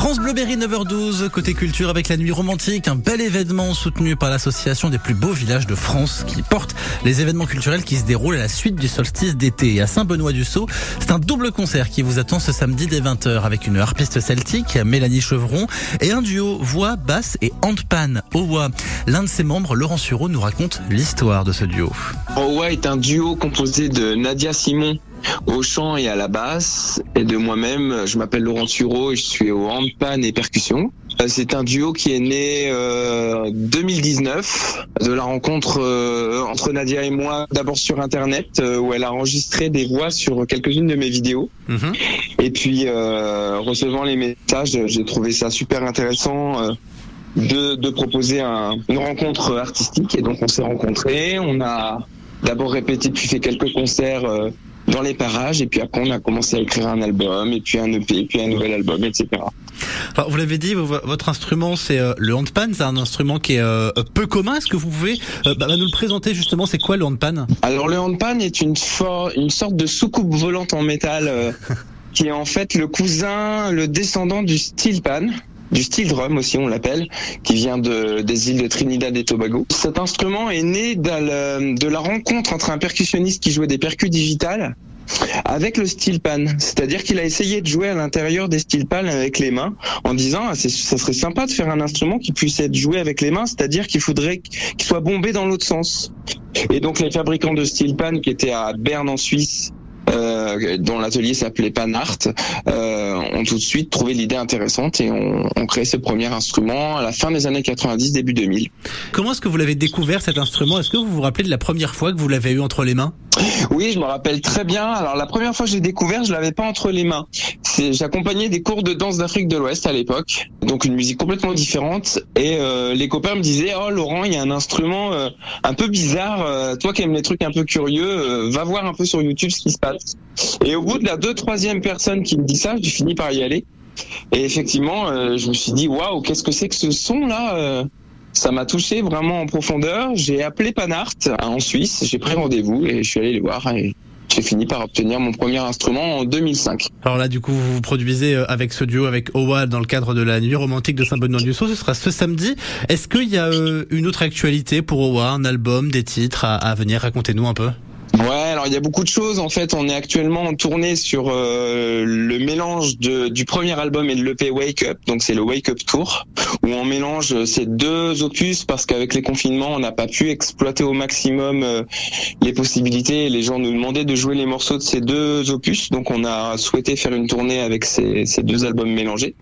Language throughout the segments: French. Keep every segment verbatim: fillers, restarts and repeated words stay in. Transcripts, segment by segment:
France Bleu Berry neuf heures douze, côté culture avec la nuit romantique, un bel événement soutenu par l'association des plus beaux villages de France qui porte les événements culturels qui se déroulent à la suite du solstice d'été. Et à Saint-Benoît-du-Sault, c'est un double concert qui vous attend ce samedi dès vingt heures avec une harpiste celtique, Mélanie Chevron, et un duo voix, basse et handpan, Owa. L'un de ses membres, Laurent Sureau, nous raconte l'histoire de ce duo. Owa est un duo composé de Nadia Simon au chant et à la basse, et de moi-même. Je m'appelle Laurent Sureau et je suis au handpan et percussion. C'est un duo qui est né euh, deux mille dix-neuf de la rencontre euh, entre Nadia et moi, d'abord sur internet euh, où elle a enregistré des voix sur quelques-unes de mes vidéos. Mmh. Et puis euh, recevant les messages, j'ai trouvé ça super intéressant euh, de, de proposer un, une rencontre artistique, et donc on s'est rencontrés. On a d'abord répété puis fait quelques concerts euh, dans les parages, et puis après on a commencé à écrire un album, et puis un E P, puis un nouvel album, et cetera. Alors, vous l'avez dit, votre instrument c'est euh, le handpan, c'est un instrument qui est euh, peu commun. Est-ce que vous pouvez euh, bah, nous le présenter justement? C'est quoi le handpan? Alors le handpan est une, for- une sorte de soucoupe volante en métal euh, qui est en fait le cousin, le descendant du steel pan, du steel drum aussi on l'appelle, qui vient de, des îles de Trinidad et Tobago. Cet instrument est né de la, de la rencontre entre un percussionniste qui jouait des percus digitales avec le steel pan, c'est-à-dire qu'il a essayé de jouer à l'intérieur des steel pan avec les mains en disant ah, c'est, ça serait sympa de faire un instrument qui puisse être joué avec les mains, c'est-à-dire qu'il faudrait qu'il soit bombé dans l'autre sens. Et donc les fabricants de steel pan qui étaient à Berne en Suisse, Euh, dont l'atelier s'appelait Panart, euh, ont tout de suite trouvé l'idée intéressante et ont, ont créé ce premier instrument à la fin des années quatre-vingt-dix, début deux mille. Comment est-ce que vous l'avez découvert cet instrument? Est-ce que vous vous rappelez de la première fois que vous l'avez eu entre les mains? Oui, je me rappelle très bien. Alors la première fois que j'ai découvert, je l'avais pas entre les mains. C'est, j'accompagnais des cours de danse d'Afrique de l'Ouest à l'époque, donc une musique complètement différente. Et euh, les copains me disaient oh Laurent, il y a un instrument euh, un peu bizarre. Euh, toi qui aimes les trucs un peu curieux, euh, va voir un peu sur YouTube ce qui se passe. Et au bout de la deux troisième personne qui me dit ça, j'ai fini par y aller. Et effectivement, euh, je me suis dit waouh, qu'est-ce que c'est que ce son là euh, Ça m'a touché vraiment en profondeur. J'ai appelé Panart en Suisse, j'ai pris rendez-vous et je suis allé les voir. Et j'ai fini par obtenir mon premier instrument en deux mille cinq. Alors là, du coup, vous vous produisez avec ce duo avec Owa dans le cadre de la nuit romantique de Saint-Benoît-du-Sault. Ce sera ce samedi. Est-ce qu'il y a euh, une autre actualité pour Owa, un album, des titres à, à venir? Racontez-nous un peu. Ouais, alors il y a beaucoup de choses. En fait, on est actuellement en tournée sur euh, le mélange de, du premier album et de l'E P Wake Up. Donc c'est le Wake Up Tour, où on mélange ces deux opus parce qu'avec les confinements, on n'a pas pu exploiter au maximum euh, les possibilités. Et les gens nous demandaient de jouer les morceaux de ces deux opus. Donc on a souhaité faire une tournée avec ces, ces deux albums mélangés.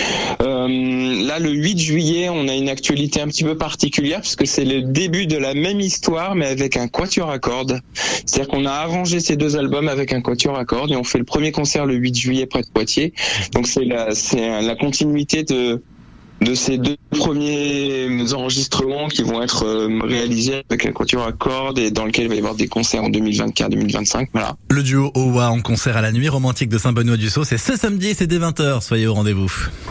Euh, là, le huit juillet, on a une actualité un petit peu particulière puisque c'est le début de la même histoire mais avec un quatuor à cordes. C'est-à-dire qu'on a arrangé ces deux albums avec un quatuor à cordes et on fait le premier concert le huit juillet près de Poitiers. Donc c'est la, c'est la continuité de de ces deux premiers enregistrements qui vont être réalisés avec un quatuor à cordes et dans lequel il va y avoir des concerts en deux mille vingt-quatre deux mille vingt-cinq. Voilà. Le duo Owa en concert à la nuit romantique de Saint-Benoît-du-Sault, c'est ce samedi et c'est dès vingt heures. Soyez au rendez-vous.